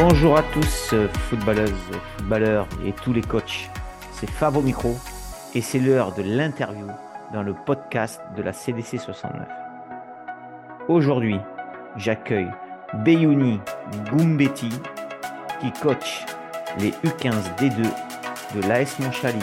Bonjour à tous, footballeuses, footballeurs et tous les coachs. C'est Fab au micro et c'est l'heure de l'interview dans le podcast de la CDC 69. Aujourd'hui, j'accueille Beyouni Goumbeti qui coach les U15 D2 de l'AS Montchalin.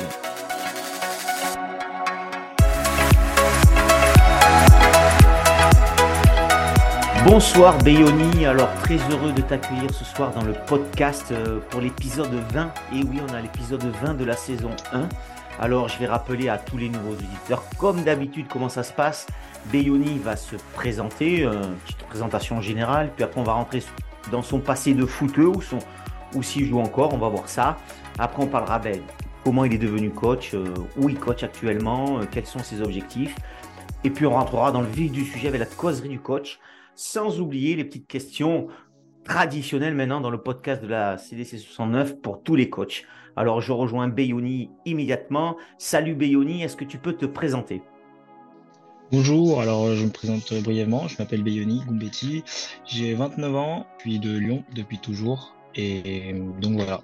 Bonsoir Beyouni, alors très heureux de t'accueillir ce soir dans le podcast pour l'épisode 20. Et oui, on a l'épisode 20 de la saison 1. Alors je vais rappeler à tous les nouveaux auditeurs, comme d'habitude, comment ça se passe. Beyouni va se présenter, une petite présentation générale, puis après on va rentrer dans son passé de footeux ou s'il joue encore, on va voir ça. Après on parlera comment il est devenu coach, où il coach actuellement, quels sont ses objectifs. Et puis on rentrera dans le vif du sujet avec la causerie du coach. Sans oublier les petites questions traditionnelles maintenant dans le podcast de la CDC 69 pour tous les coachs. Alors, je rejoins Beyouni immédiatement. Salut Beyouni, est-ce que tu peux te présenter ? Bonjour, alors je me présente brièvement, je m'appelle Beyouni Goumbeti, j'ai 29 ans, puis de Lyon depuis toujours, et donc voilà.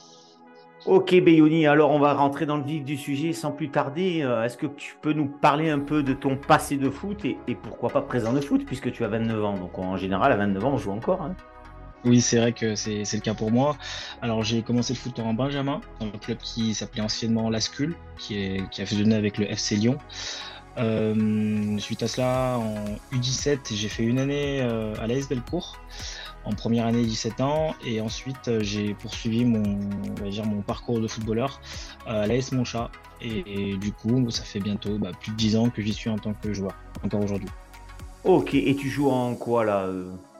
Ok Beyouni, alors on va rentrer dans le vif du sujet sans plus tarder. Est-ce que tu peux nous parler un peu de ton passé de foot et pourquoi pas présent de foot puisque tu as 29 ans. Donc en général à 29 ans on joue encore. Hein. Oui, c'est vrai que c'est le cas pour moi. Alors j'ai commencé le foot en Benjamin, dans le club qui s'appelait anciennement l'Ascul, qui a fusionné avec le FC Lyon. Suite à cela, en U17, j'ai fait une année à l'AS Bellecour. En première année, 17 ans, et ensuite j'ai poursuivi mon parcours de footballeur à l'AS Montchat, et du coup ça fait bientôt plus de 10 ans que j'y suis en tant que joueur, encore aujourd'hui. Ok, et tu joues en quoi là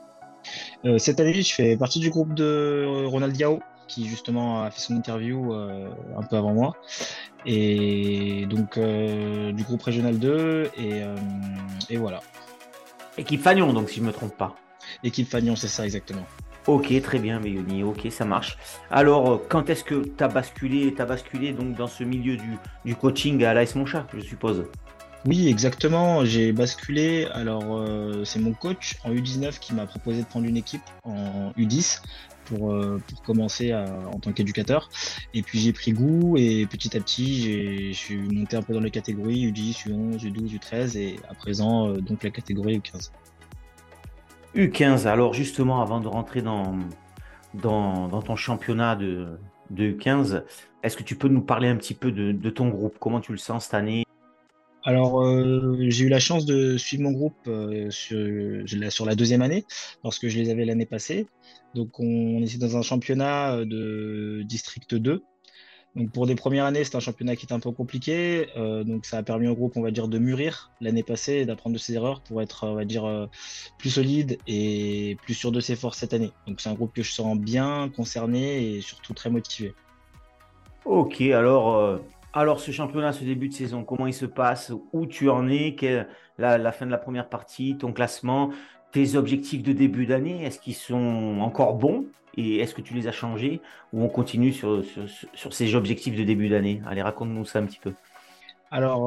Cette année, je fais partie du groupe de Ronald Diao, qui justement a fait son interview un peu avant moi, et donc du groupe Régional 2, et voilà. Équipe Fagnon donc si je ne me trompe pas. Équipe Fagnon, c'est ça exactement. Ok, très bien, Beyouni. Ok, ça marche. Alors, quand est-ce que tu as basculé donc dans ce milieu du coaching à l'AS Montchat, je suppose? Oui, exactement. J'ai basculé. Alors, c'est mon coach en U19 qui m'a proposé de prendre une équipe en U10 pour commencer en tant qu'éducateur. Et puis, j'ai pris goût et petit à petit, je suis monté un peu dans les catégories U10, U11, U12, U13 et à présent, donc la catégorie U15. U15, alors justement, avant de rentrer dans ton championnat de U15, est-ce que tu peux nous parler un petit peu de ton groupe? Comment tu le sens cette année? Alors, j'ai eu la chance de suivre mon groupe sur la deuxième année, parce que je les avais l'année passée. Donc, on était dans un championnat de District 2. Donc, pour des premières années, c'était un championnat qui était un peu compliqué. Donc, ça a permis au groupe, on va dire, de mûrir l'année passée et d'apprendre de ses erreurs pour être, on va dire, plus solide et plus sûr de ses forces cette année. Donc, c'est un groupe que je sens bien concerné et surtout très motivé. Ok, alors ce championnat, ce début de saison, comment il se passe? Où tu en es? La fin de la première partie, ton classement, tes objectifs de début d'année, est-ce qu'ils sont encore bons? Et est-ce que tu les as changés? Ou on continue sur ces objectifs de début d'année? Allez, raconte-nous ça un petit peu. Alors,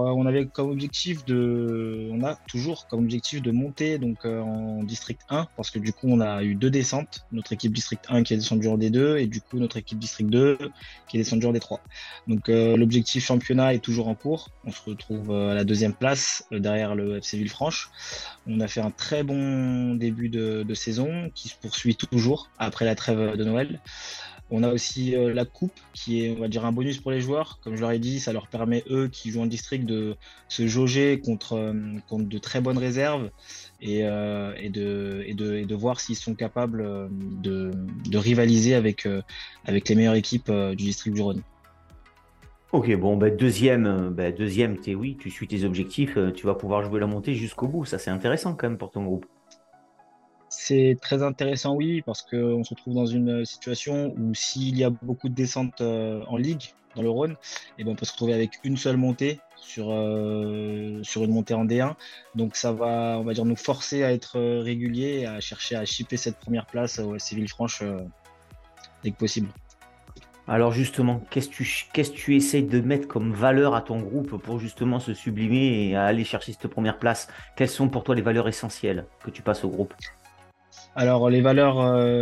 on a toujours comme objectif de monter donc en District 1 parce que du coup, on a eu deux descentes. Notre équipe District 1 qui est descendue en D2 et du coup, notre équipe District 2 qui est descendue en D3. Donc, l'objectif championnat est toujours en cours. On se retrouve à la deuxième place derrière le FC Villefranche. On a fait un très bon début de saison qui se poursuit toujours après la trêve de Noël. On a aussi la coupe qui est, on va dire, un bonus pour les joueurs. Comme je leur ai dit, ça leur permet, eux, qui jouent en district, de se jauger contre de très bonnes réserves et de voir s'ils sont capables de rivaliser avec les meilleures équipes du district du Rhône. Ok, bon, deuxième, oui, tu suis tes objectifs, tu vas pouvoir jouer la montée jusqu'au bout. Ça, c'est intéressant quand même pour ton groupe. C'est très intéressant, oui, parce qu'on se retrouve dans une situation où s'il y a beaucoup de descentes en ligue, dans le Rhône, et ben on peut se retrouver avec une seule montée sur une montée en D1. Donc ça va, on va dire, nous forcer à être réguliers et à chercher à chipper cette première place au FC Villefranche dès que possible. Alors justement, qu'est-ce que tu essayes de mettre comme valeur à ton groupe pour justement se sublimer et aller chercher cette première place? Quelles sont pour toi les valeurs essentielles que tu passes au groupe? Alors, les valeurs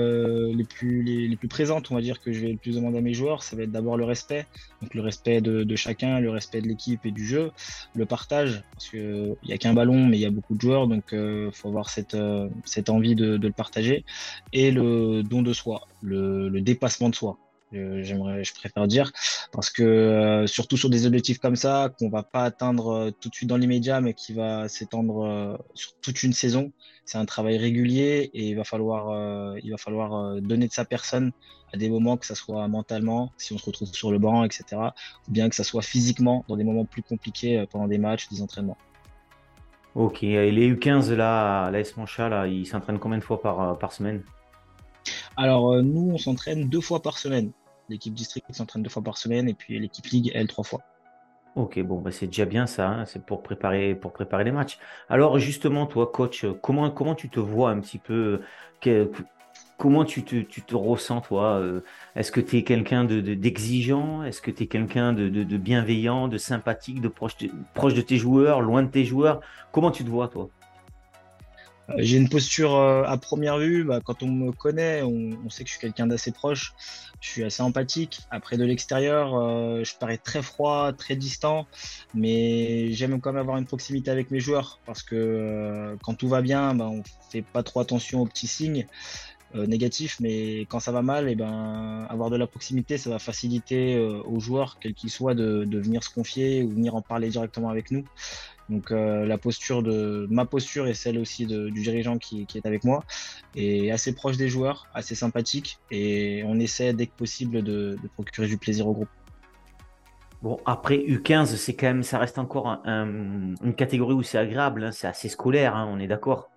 les plus présentes, on va dire, que je vais le plus demander à mes joueurs, ça va être d'abord le respect. Donc, le respect de chacun, le respect de l'équipe et du jeu, le partage, parce qu'il n'y a qu'un ballon, mais il y a beaucoup de joueurs, donc il faut avoir cette envie de le partager. Et le don de soi, le dépassement de soi. Je préfère dire, parce que surtout sur des objectifs comme ça, qu'on va pas atteindre tout de suite dans l'immédiat, mais qui va s'étendre sur toute une saison. C'est un travail régulier et il va falloir donner de sa personne à des moments, que ça soit mentalement, si on se retrouve sur le banc, etc., ou bien que ça soit physiquement dans des moments plus compliqués pendant des matchs, des entraînements. Ok, et les U15 là, à l'AS Mancha, là, ils s'entraînent combien de fois par semaine? Alors, nous, on s'entraîne 2 fois par semaine. L'équipe district s'entraîne 2 fois par semaine et puis l'équipe ligue, elle, 3 fois. Ok, bon, bah, c'est déjà bien ça, hein, c'est pour préparer les matchs. Alors justement, toi, coach, comment tu te vois un petit peu, que- comment tu te ressens, toi? Est-ce que tu es quelqu'un d'exigeant? Est-ce que tu es quelqu'un de bienveillant, de sympathique, proche de tes joueurs, loin de tes joueurs? Comment tu te vois, toi? J'ai une posture à première vue, bah, quand on me connaît, on sait que je suis quelqu'un d'assez proche, je suis assez empathique. Après de l'extérieur, je parais très froid, très distant, mais j'aime quand même avoir une proximité avec mes joueurs parce que quand tout va bien, bah, on fait pas trop attention aux petits signes négatifs, mais quand ça va mal, et ben avoir de la proximité, ça va faciliter aux joueurs, quels qu'ils soient, de venir se confier ou venir en parler directement avec nous. Donc ma posture et celle aussi du dirigeant qui est avec moi est assez proche des joueurs, assez sympathique et on essaie dès que possible de procurer du plaisir au groupe. Bon, après U15, c'est quand même, ça reste encore une catégorie où c'est agréable, hein, c'est assez scolaire, hein, on est d'accord.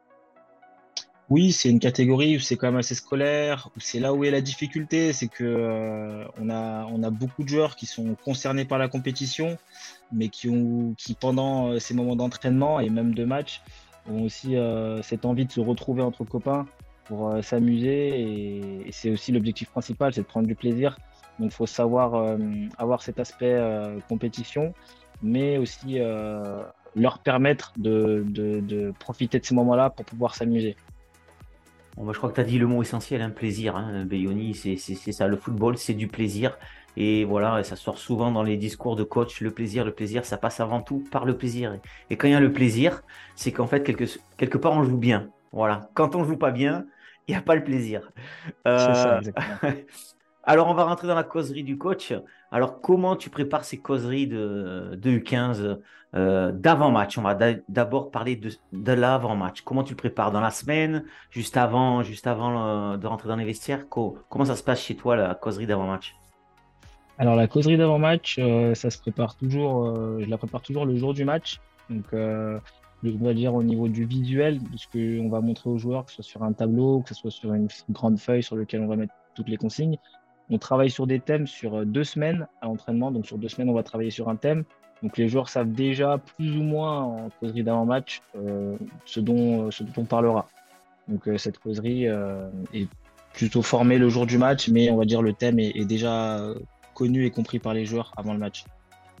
Oui, c'est une catégorie où c'est quand même assez scolaire, où c'est là où est la difficulté, c'est que on a beaucoup de joueurs qui sont concernés par la compétition, mais qui pendant ces moments d'entraînement et même de match ont aussi cette envie de se retrouver entre copains pour s'amuser et c'est aussi l'objectif principal, c'est de prendre du plaisir. Donc, il faut savoir avoir cet aspect compétition, mais aussi leur permettre de profiter de ces moments-là pour pouvoir s'amuser. Bon, bah, je crois que tu as dit le mot essentiel, hein, plaisir. Hein, Bayoni, c'est ça, le football, c'est du plaisir. Et voilà, ça sort souvent dans les discours de coach, le plaisir, ça passe avant tout par le plaisir. Et quand il y a le plaisir, c'est qu'en fait, quelque part, on joue bien. Voilà. Quand on joue pas bien, il n'y a pas le plaisir. C'est ça, Euh, exactement. Alors, on va rentrer dans la causerie du coach. Alors, comment tu prépares ces causeries de U15 d'avant-match? On va d'abord parler de l'avant-match. Comment tu le prépares dans la semaine, juste avant de rentrer dans les vestiaires? Comment ça se passe chez toi, la causerie d'avant-match? Alors, la causerie d'avant-match, ça se prépare toujours, je la prépare toujours le jour du match. Donc, je dois dire au niveau du visuel, de ce qu'on va montrer aux joueurs, que ce soit sur un tableau, que ce soit sur une grande feuille sur laquelle on va mettre toutes les consignes. On travaille sur des thèmes sur 2 semaines à l'entraînement. Donc, sur 2 semaines, on va travailler sur un thème. Donc, les joueurs savent déjà plus ou moins en causerie d'avant-match ce dont on parlera. Donc, cette causerie est plutôt formée le jour du match, mais on va dire le thème est déjà connu et compris par les joueurs avant le match.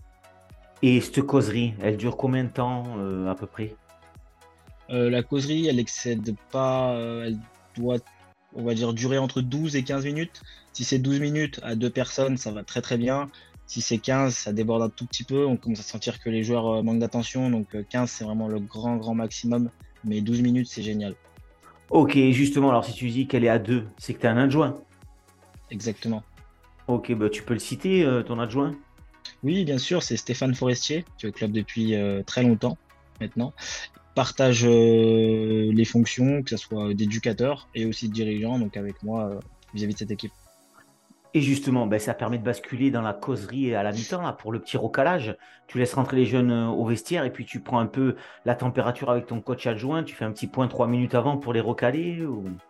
Et cette causerie, elle dure combien de temps à peu près? La causerie, elle excède pas, elle doit, on va dire, durer entre 12 et 15 minutes. Si c'est 12 minutes à 2 personnes, ça va très très bien. Si c'est 15, ça déborde un tout petit peu. On commence à sentir que les joueurs manquent d'attention. Donc 15, c'est vraiment le grand grand maximum. Mais 12 minutes, c'est génial. Ok, justement, alors si tu dis qu'elle est à deux, c'est que tu as un adjoint. Exactement. Ok, bah, tu peux le citer, ton adjoint? Oui, bien sûr, c'est Stéphane Forestier, qui est au club depuis très longtemps maintenant. Partage les fonctions, que ce soit d'éducateur et aussi de dirigeant, donc avec moi vis-à-vis de cette équipe. Et justement, ben, ça permet de basculer dans la causerie à la mi-temps, là, pour le petit recalage. Tu laisses rentrer les jeunes au vestiaire et puis tu prends un peu la température avec ton coach adjoint. Tu fais un petit point 3 minutes avant pour les recaler.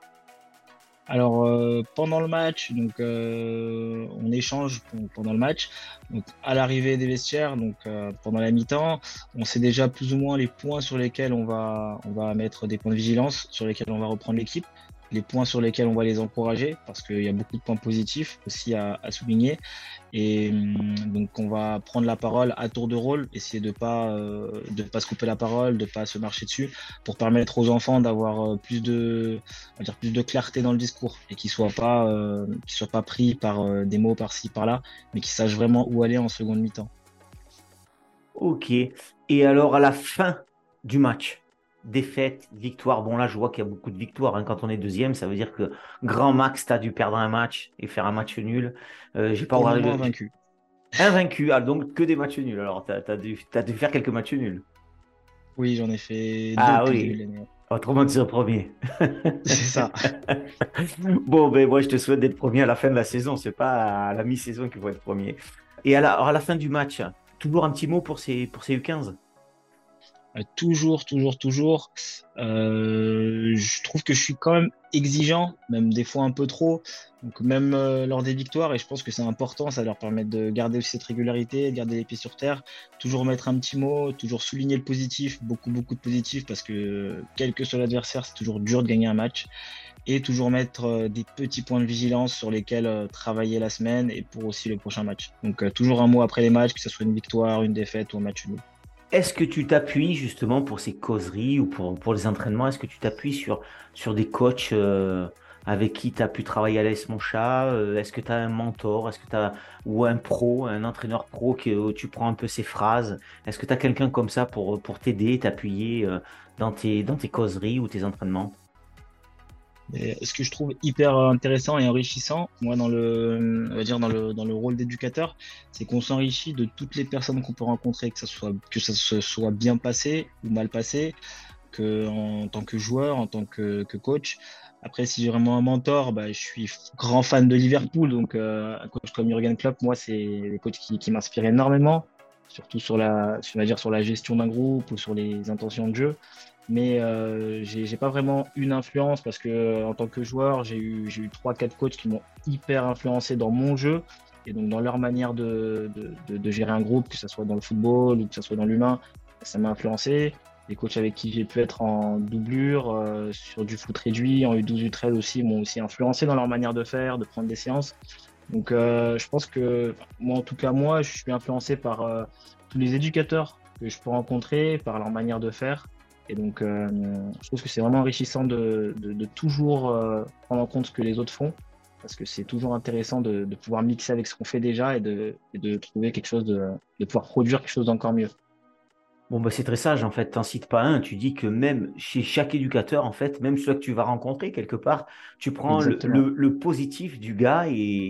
Alors pendant le match, donc on échange pendant le match. Donc à l'arrivée des vestiaires, donc pendant la mi-temps, on sait déjà plus ou moins les points sur lesquels on va mettre des points de vigilance, sur lesquels on va reprendre l'équipe. les points sur lesquels on va les encourager, parce qu'il y a beaucoup de points positifs aussi à souligner. Et donc, on va prendre la parole à tour de rôle, essayer de pas se couper la parole, de pas se marcher dessus, pour permettre aux enfants d'avoir on va dire plus de clarté dans le discours et qu'ils soient pas pris par des mots par-ci, par-là, mais qu'ils sachent vraiment où aller en seconde mi-temps. Ok. Et alors, à la fin du match, défaite, victoire. Bon, là, je vois qu'il y a beaucoup de victoires, hein. Quand on est deuxième, ça veut dire que grand max, tu as dû perdre un match et faire un match nul. J'ai pas Pour le regardé moment, invaincu. invaincu. Ah, donc que des matchs nuls. Alors, t'as dû faire quelques matchs nuls. Oui, j'en ai fait deux Ah depuis le début oui. de l'année. Autrement, tu serais premier. C'est ça. Bon, ben moi, je te souhaite d'être premier à la fin de la saison. C'est pas à la mi-saison qu'il faut être premier. Et alors, à la fin du match, toujours un petit mot pour ces U15. Toujours, toujours, toujours. Je trouve que je suis quand même exigeant, même des fois un peu trop. Donc même lors des victoires, et je pense que c'est important, ça leur permet de garder aussi cette régularité, de garder les pieds sur terre, toujours mettre un petit mot, toujours souligner le positif, beaucoup, beaucoup de positif, parce que quel que soit l'adversaire, c'est toujours dur de gagner un match. Et toujours mettre des petits points de vigilance sur lesquels travailler la semaine et pour aussi le prochain match. Donc toujours un mot après les matchs, que ce soit une victoire, une défaite ou un match nul. Est-ce que tu t'appuies justement pour ces causeries ou pour les entraînements? Est-ce que tu t'appuies sur des coachs avec qui tu as pu travailler à l'AS Mon Chat? Est-ce que tu as un mentor? Est-ce que tu as ou un pro, un entraîneur pro où tu prends un peu ses phrases? Est-ce que tu as quelqu'un comme ça pour t'aider, t'appuyer dans tes causeries ou tes entraînements? Et ce que je trouve hyper intéressant et enrichissant, moi, on va dire dans le rôle d'éducateur, c'est qu'on s'enrichit de toutes les personnes qu'on peut rencontrer, que ça se soit bien passé ou mal passé, que en tant que joueur, en tant que coach. Après, si j'ai vraiment un mentor, bah, je suis grand fan de Liverpool, donc un coach comme Jürgen Klopp, moi, c'est des coachs qui m'inspirent énormément, surtout on va dire sur la gestion d'un groupe ou sur les intentions de jeu. Mais j'ai pas vraiment une influence parce que en tant que joueur, j'ai eu 3-4 coachs qui m'ont hyper influencé dans mon jeu et donc dans leur manière de gérer un groupe, que ce soit dans le football ou que ce soit dans l'humain, ça m'a influencé. Les coachs avec qui j'ai pu être en doublure, sur du foot réduit, en U12, U13 aussi, m'ont aussi influencé dans leur manière de faire, de prendre des séances. Donc je pense que, moi en tout cas, moi, je suis influencé par tous les éducateurs que je peux rencontrer, par leur manière de faire. Et donc je trouve que c'est vraiment enrichissant de toujours prendre en compte ce que les autres font, parce que c'est toujours intéressant de pouvoir mixer avec ce qu'on fait déjà et de trouver quelque chose de pouvoir produire quelque chose d'encore mieux. Bon, bah, c'est très sage, en fait. T'en cites pas un. Tu dis que même chez chaque éducateur, en fait, même ceux que tu vas rencontrer quelque part, tu prends Exactement. le positif du gars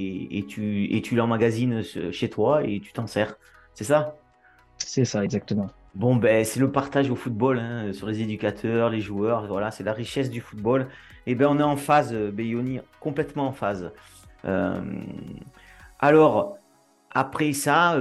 et tu l'emmagasines chez toi et tu t'en sers. C'est ça? C'est ça, exactement. Bon, ben, c'est le partage au football, hein, sur les éducateurs, les joueurs. Voilà, c'est la richesse du football. Et ben, on est en phase, Bayoni, complètement en phase. Euh, alors, après ça,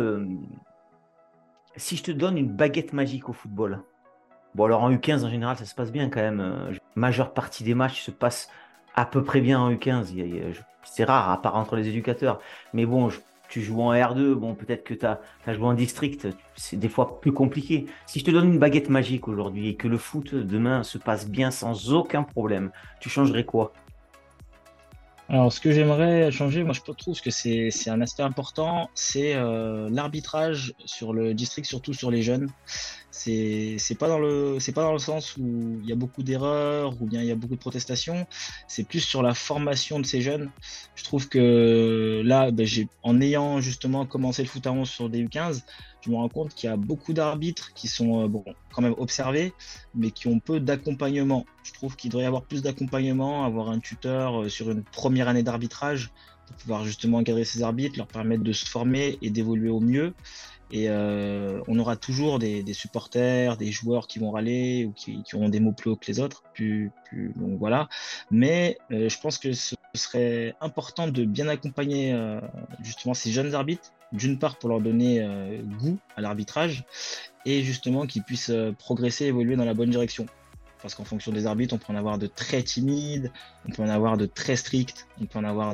si je te donne une baguette magique au football. Bon, alors en U15, en général, ça se passe bien quand même. Majeure partie des matchs se passent à peu près bien en U15. C'est rare, à part entre les éducateurs. Mais bon, tu joues en R2, bon, peut-être que tu as joué en district. C'est des fois plus compliqué. Si je te donne une baguette magique aujourd'hui et que le foot demain se passe bien sans aucun problème, tu changerais quoi? Alors, ce que j'aimerais changer, moi je trouve que c'est un aspect important, c'est l'arbitrage sur le district, surtout sur les jeunes. C'est pas dans le sens où il y a beaucoup d'erreurs ou bien il y a beaucoup de protestations. C'est plus sur la formation de ces jeunes. Je trouve que là, ben, en ayant justement commencé le foot à 11 sur des U15, je me rends compte qu'il y a beaucoup d'arbitres qui sont bon, quand même observés, mais qui ont peu d'accompagnement. Je trouve qu'il devrait y avoir plus d'accompagnement, avoir un tuteur sur une première année d'arbitrage pour pouvoir justement encadrer ces arbitres, leur permettre de se former et d'évoluer au mieux. Et on aura toujours des supporters, des joueurs qui vont râler ou qui auront des mots plus hauts que les autres. Donc voilà. Mais je pense que ce serait important de bien accompagner justement ces jeunes arbitres, d'une part pour leur donner goût à l'arbitrage et justement qu'ils puissent progresser, évoluer dans la bonne direction. Parce qu'en fonction des arbitres, on peut en avoir de très timides, on peut en avoir de très stricts, on peut en avoir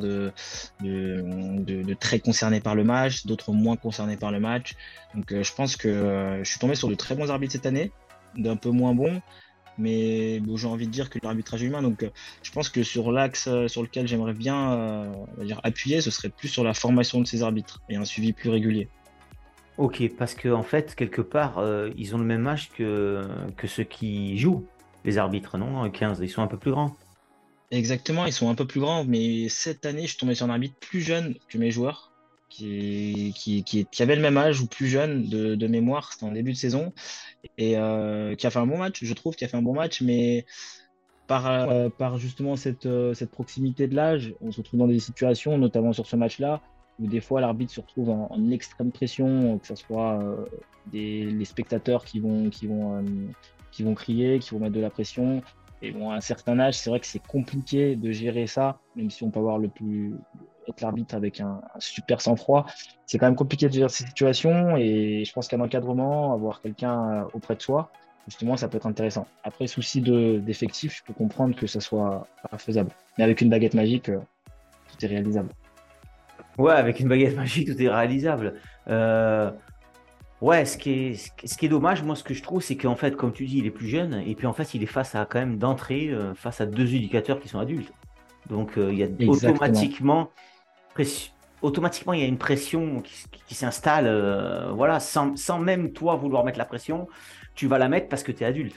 de très concernés par le match, d'autres moins concernés par le match. Donc je pense que je suis tombé sur de très bons arbitres cette année, d'un peu moins bons, mais bon, j'ai envie de dire que l'arbitrage est humain. Donc, je pense que sur l'axe sur lequel j'aimerais bien on va dire appuyer, ce serait plus sur la formation de ces arbitres et un suivi plus régulier. Ok, parce que en fait, quelque part, ils ont le même âge que ceux qui jouent, les arbitres, non? 15, ils sont un peu plus grands. Exactement, ils sont un peu plus grands, mais cette année, je suis tombé sur un arbitre plus jeune que mes joueurs, qui avait le même âge ou plus jeune de mémoire, c'était en début de saison, et qui a fait un bon match, je trouve, qui a fait un bon match, mais par justement cette proximité de l'âge, on se retrouve dans des situations, notamment sur ce match-là, où des fois l'arbitre se retrouve en extrême pression, que ce soit les spectateurs qui vont crier, qui vont mettre de la pression. Et bon, à un certain âge, c'est vrai que c'est compliqué de gérer ça, même si on peut être l'arbitre avec un super sang-froid. C'est quand même compliqué de gérer ces situations et je pense qu'un encadrement, avoir quelqu'un auprès de soi, justement, ça peut être intéressant. Après, souci d'effectifs, je peux comprendre que ça soit pas faisable. Mais avec une baguette magique, tout est réalisable. Ouais, avec une baguette magique, tout est réalisable. Euh, ouais, ce qui est dommage, moi, ce que je trouve, c'est qu'en fait, comme tu dis, il est plus jeune, et puis en fait, il est face à quand même d'entrée, face à deux éducateurs qui sont adultes. Donc, il y a Exactement. pressi- automatiquement, il y a une pression qui s'installe, voilà, sans même toi vouloir mettre la pression, tu vas la mettre parce que tu es adulte.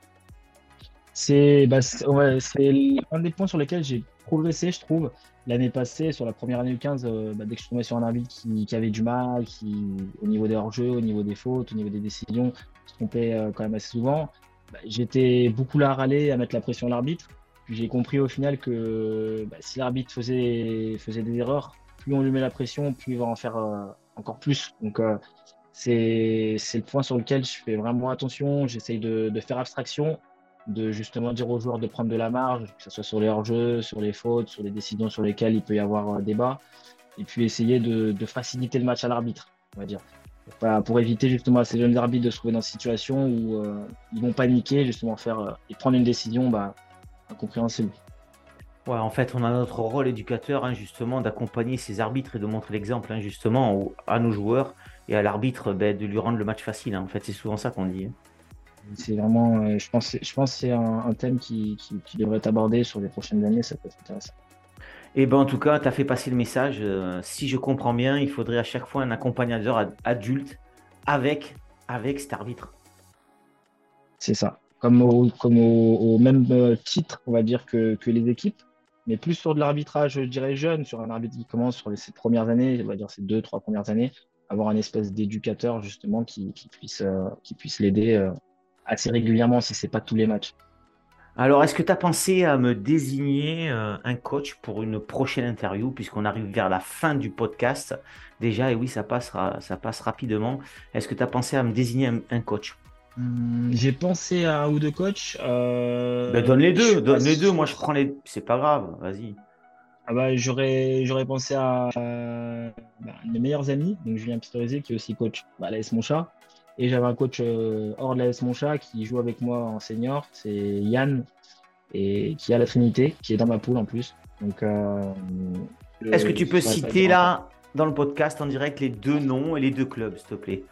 Ouais, c'est un des points sur lesquels j'ai progressé, je trouve. L'année passée, sur la première année U15, dès que je tombais sur un arbitre qui avait du mal, au niveau des hors-jeux, au niveau des fautes, au niveau des décisions, se trompait quand même assez souvent, j'étais beaucoup là à râler, à mettre la pression à l'arbitre. Puis j'ai compris au final que si l'arbitre faisait des erreurs, plus on lui met la pression, plus il va en faire encore plus. Donc c'est le point sur lequel je fais vraiment attention. J'essaye de faire abstraction, de justement dire aux joueurs de prendre de la marge, que ce soit sur les hors-jeux, sur les fautes, sur les décisions sur lesquelles il peut y avoir débat, et puis essayer de faciliter le match à l'arbitre, on va dire. Pour éviter justement à ces jeunes arbitres de se trouver dans une situation où ils vont paniquer, justement faire et prendre une décision incompréhensible. Ouais, en fait, on a notre rôle éducateur, hein, justement, d'accompagner ces arbitres et de montrer l'exemple, hein, justement, à nos joueurs et à l'arbitre, ben, de lui rendre le match facile, hein. En fait, c'est souvent ça qu'on dit, hein. C'est vraiment, je pense que c'est un thème qui devrait être abordé sur les prochaines années, ça peut être intéressant. Et ben, en tout cas, tu as fait passer le message. Si je comprends bien, il faudrait à chaque fois un accompagnateur adulte avec, avec cet arbitre. C'est ça. Au même titre, on va dire, que les équipes, mais plus sur de l'arbitrage, je dirais, jeune, sur un arbitre qui commence sur ces premières années, on va dire ces 2, 3 premières années, avoir un espèce d'éducateur, justement, qui puisse l'aider assez régulièrement, si c'est pas tous les matchs. Alors, est-ce que tu as pensé à me désigner un coach pour une prochaine interview, puisqu'on arrive vers la fin du podcast déjà, et oui, ça passe rapidement. Est-ce que tu as pensé à me désigner un coach? J'ai pensé à un ou deux coachs. Ben, donne les Je suis deux, pas donne les deux. Moi, je sûr. prends les. C'est pas grave, vas-y. J'aurais pensé à un de mes meilleurs amis, donc Julien Pistorizi, qui est aussi coach à l'AS Monchat. Et j'avais un coach hors de l'AS Monchat qui joue avec moi en senior, c'est Yann, et qui est à la Trinité, qui est dans ma poule en plus. Donc, Est-ce que tu ce peux serait citer intéressant. là, dans le podcast en direct, les deux noms et les deux clubs, s'il te plaît?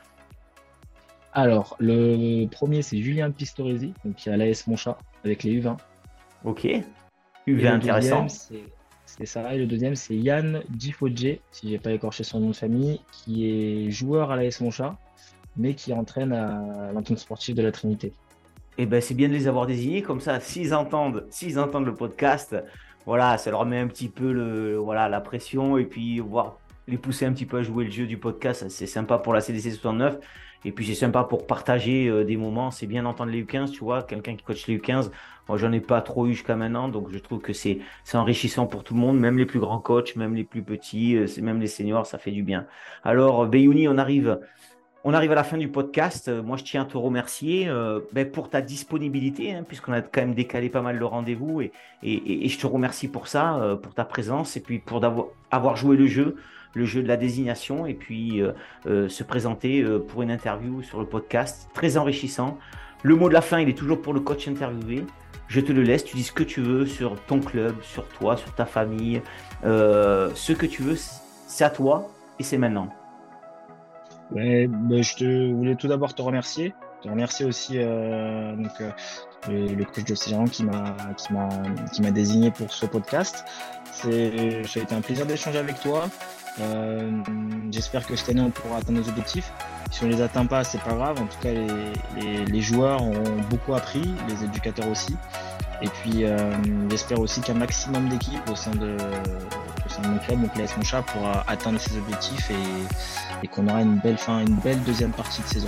Alors, le premier, c'est Julien Pistorizi, donc qui est à l'AS Monchat avec les U20. Ok. Et UV le deuxième, intéressant. c'est ça. Et le deuxième, c'est Yann Difodje, si j'ai pas écorché son nom de famille, qui est joueur à l'AS Monchat, mais qui entraîne à l'antenne sportive de la Trinité. Eh ben, c'est bien de les avoir désignés, comme ça, s'ils entendent le podcast, voilà, ça leur met un petit peu voilà, la pression et puis voir les pousser un petit peu à jouer le jeu du podcast. C'est sympa pour la CDC 69 et puis c'est sympa pour partager des moments. C'est bien d'entendre les U15, tu vois, quelqu'un qui coach les U15. Moi, j'en ai pas trop eu jusqu'à maintenant, donc je trouve que c'est enrichissant pour tout le monde, même les plus grands coachs, même les plus petits, c'est même les seniors, ça fait du bien. Alors, Beyouni, on arrive à la fin du podcast. Moi, je tiens à te remercier ben, pour ta disponibilité, hein, puisqu'on a quand même décalé pas mal le rendez-vous. Et je te remercie pour ça, pour ta présence, et puis pour avoir joué le jeu de la désignation, et puis se présenter pour une interview sur le podcast. Très enrichissant. Le mot de la fin, il est toujours pour le coach interviewé. Je te le laisse, tu dis ce que tu veux sur ton club, sur toi, sur ta famille. Ce que tu veux, c'est à toi, et c'est maintenant. Je voulais tout d'abord te remercier. Je remercie aussi le coach de Céline qui m'a désigné pour ce podcast. Ça a été un plaisir d'échanger avec toi. J'espère que cette année on pourra atteindre nos objectifs. Si on les atteint pas, c'est pas grave. En tout cas, les joueurs ont beaucoup appris, les éducateurs aussi. Et puis, j'espère aussi qu'un maximum d'équipes au sein de mon club, donc l'AS Montchat, pourra atteindre ses objectifs et qu'on aura une belle deuxième partie de saison.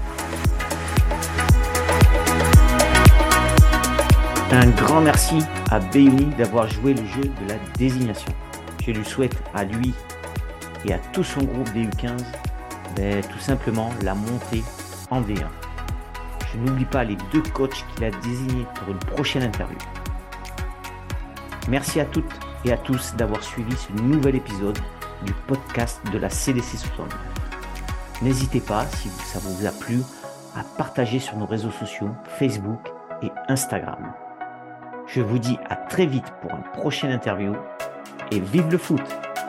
Un grand merci à Béoni d'avoir joué le jeu de la désignation. Je lui souhaite à lui et à tout son groupe des U15 tout simplement la montée en D1. Je n'oublie pas les 2 coachs qu'il a désignés pour une prochaine interview. Merci à toutes et à tous d'avoir suivi ce nouvel épisode du podcast de la CDC 69. N'hésitez pas, si ça vous a plu, à partager sur nos réseaux sociaux, Facebook et Instagram. Je vous dis à très vite pour une prochaine interview et vive le foot!